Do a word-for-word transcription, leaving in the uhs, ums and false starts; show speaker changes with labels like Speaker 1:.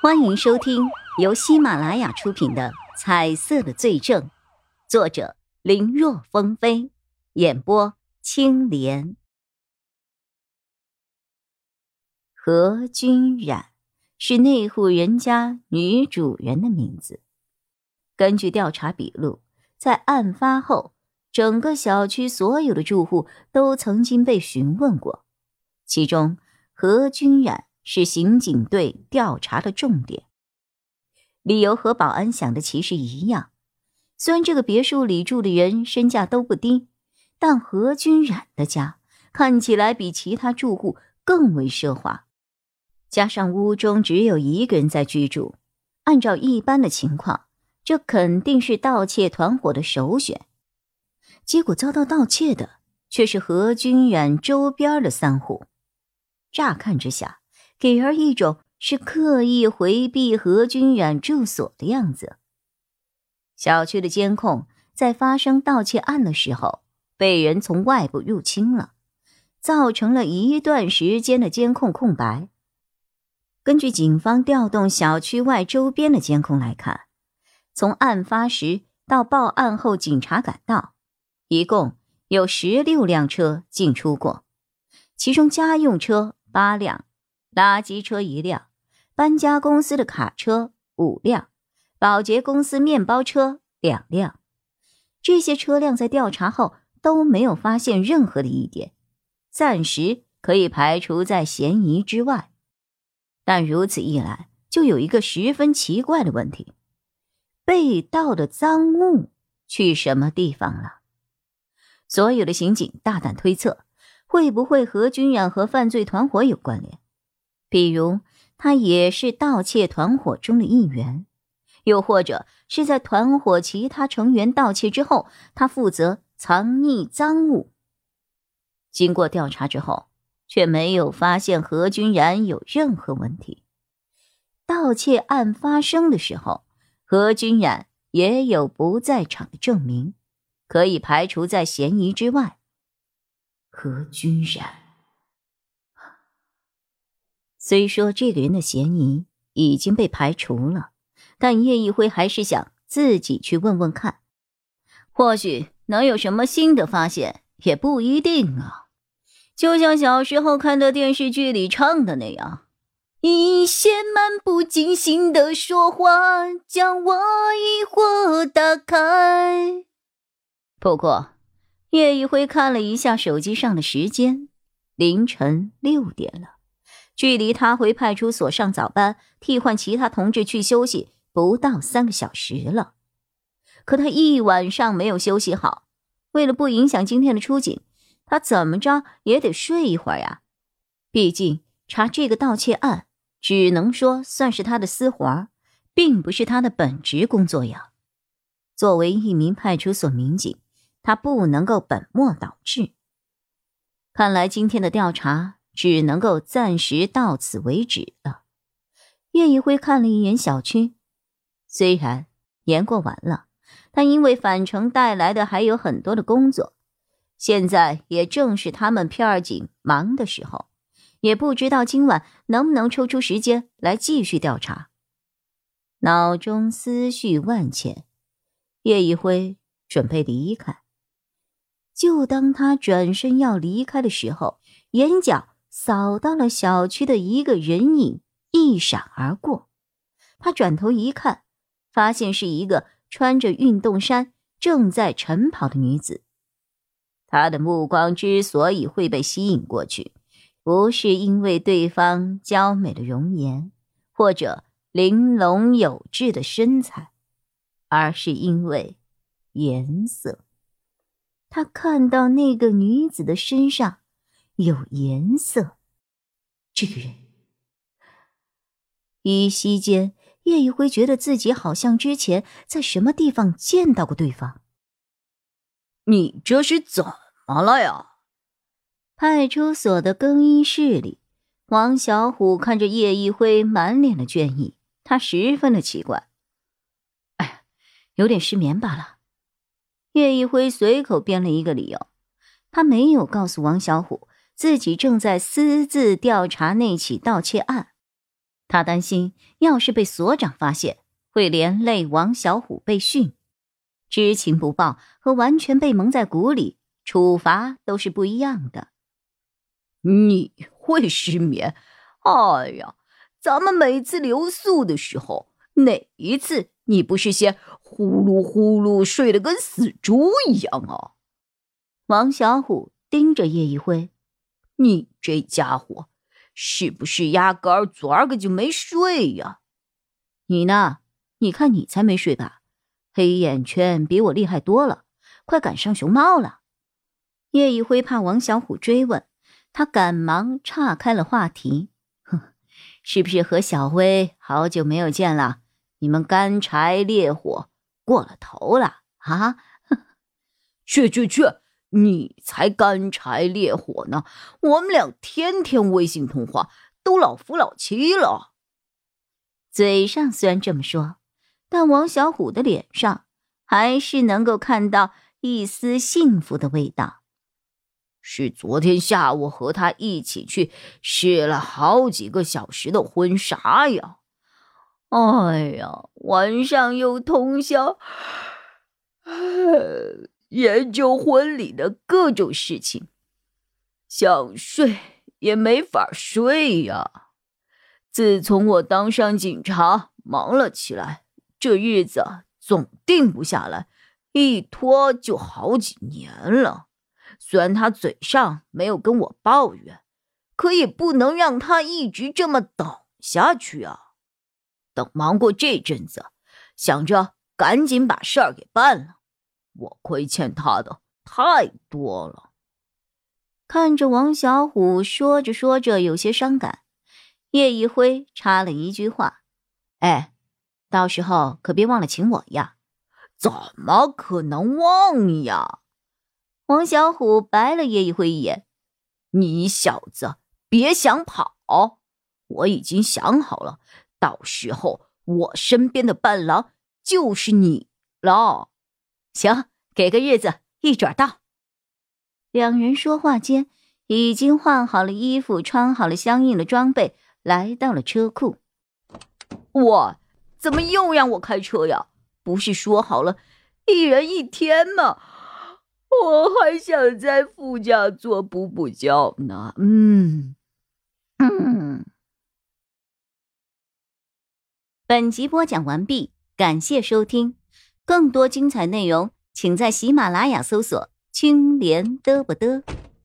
Speaker 1: 欢迎收听由喜马拉雅出品的《彩色的罪证》，作者林若风飞，演播青莲。何君染是那户人家女主人的名字。根据调查笔录，在案发后，整个小区所有的住户都曾经被询问过，其中何君染是刑警队调查的重点。理由和保安想的其实一样，虽然这个别墅里住的人身价都不低，但何君染的家看起来比其他住户更为奢华，加上屋中只有一个人在居住，按照一般的情况，这肯定是盗窃团伙的首选。结果遭到盗窃的却是何君染周边的三户，乍看之下给人一种是刻意回避何君染住所的样子。小区的监控在发生盗窃案的时候被人从外部入侵了，造成了一段时间的监控空白。根据警方调动小区外周边的监控来看，从案发时到报案后警察赶到，一共有十六辆车进出过，其中家用车八辆，垃圾车一辆，搬家公司的卡车五辆，保洁公司面包车两辆。这些车辆在调查后都没有发现任何的疑点，暂时可以排除在嫌疑之外。但如此一来，就有一个十分奇怪的问题：被盗的赃物去什么地方了？所有的刑警大胆推测，会不会何君染和犯罪团伙有关联？比如他也是盗窃团伙中的一员，又或者是在团伙其他成员盗窃之后，他负责藏匿赃物。经过调查之后，却没有发现何君染有任何问题。盗窃案发生的时候，何君染也有不在场的证明，可以排除在嫌疑之外。何君染，虽说这个人的嫌疑已经被排除了，但叶一辉还是想自己去问问看，或许能有什么新的发现，也不一定啊。就像小时候看的电视剧里唱的那样，一些漫不经心的说话将我疑惑打开。不过叶一辉看了一下手机上的时间，凌晨六点了，距离他回派出所上早班替换其他同志去休息不到三个小时了。可他一晚上没有休息好，为了不影响今天的出警，他怎么着也得睡一会儿呀。毕竟查这个盗窃案只能说算是他的私活，并不是他的本职工作呀。作为一名派出所民警，他不能够本末倒置。看来今天的调查只能够暂时到此为止了。叶一辉看了一眼小区，虽然年过完了，但因为返程带来的还有很多的工作，现在也正是他们片儿警忙的时候，也不知道今晚能不能抽出时间来继续调查。脑中思绪万千，叶一辉准备离开。就当他转身要离开的时候，眼角扫到了小区的一个人影一闪而过。他转头一看，发现是一个穿着运动衫正在晨跑的女子。他的目光之所以会被吸引过去，不是因为对方娇美的容颜或者玲珑有致的身材，而是因为颜色。他看到那个女子的身上有颜色。这个人，依稀间，叶一辉觉得自己好像之前在什么地方见到过对方。
Speaker 2: 你这是怎么了呀？
Speaker 1: 派出所的更衣室里，王小虎看着叶一辉满脸的倦意，他十分的奇怪。哎呀，有点失眠罢了。叶一辉随口编了一个理由，他没有告诉王小虎自己正在私自调查那起盗窃案。 他担心要是被所长发现，会连累王小虎被训。知情不报和完全被蒙在鼓里，处罚都是不一样的。
Speaker 2: 你会失眠？哎呀，咱们每次留宿的时候，哪一次你不是先呼噜呼噜睡得跟死猪一样啊？
Speaker 1: 王小虎盯着叶一辉，
Speaker 2: 你这家伙是不是压根儿昨儿个就没睡呀？
Speaker 1: 你呢？你看你才没睡吧？黑眼圈比我厉害多了，快赶上熊猫了。叶一辉怕王小虎追问，他赶忙岔开了话题。哼，是不是和小辉好久没有见了？你们干柴烈火过了头了啊？
Speaker 2: 去去去，你才干柴烈火呢！我们俩天天微信通话，都老夫老妻了。
Speaker 1: 嘴上虽然这么说，但王小虎的脸上还是能够看到一丝幸福的味道。
Speaker 2: 是昨天下午和他一起去试了好几个小时的婚纱呀。哎呀，晚上又通宵研究婚礼的各种事情，想睡也没法睡呀。自从我当上警察，忙了起来，这日子总定不下来，一拖就好几年了。虽然他嘴上没有跟我抱怨，可也不能让他一直这么等下去啊。等忙过这阵子，想着赶紧把事儿给办了，我亏欠他的太多了。
Speaker 1: 看着王小虎说着说着有些伤感，叶一辉插了一句话：哎，到时候可别忘了请我呀。
Speaker 2: 怎么可能忘呀？
Speaker 1: 王小虎白了叶一辉一眼，
Speaker 2: 你小子别想跑，我已经想好了，到时候我身边的伴郎就是你了。
Speaker 1: 行，给个日子，一准到。两人说话间，已经换好了衣服，穿好了相应的装备，来到了车库。
Speaker 2: 哇，怎么又让我开车呀？不是说好了一人一天吗？我还想在副驾座补补觉呢。嗯
Speaker 1: 嗯。本集播讲完毕，感谢收听。更多精彩内容，请在喜马拉雅搜索青莲嘚不嘚。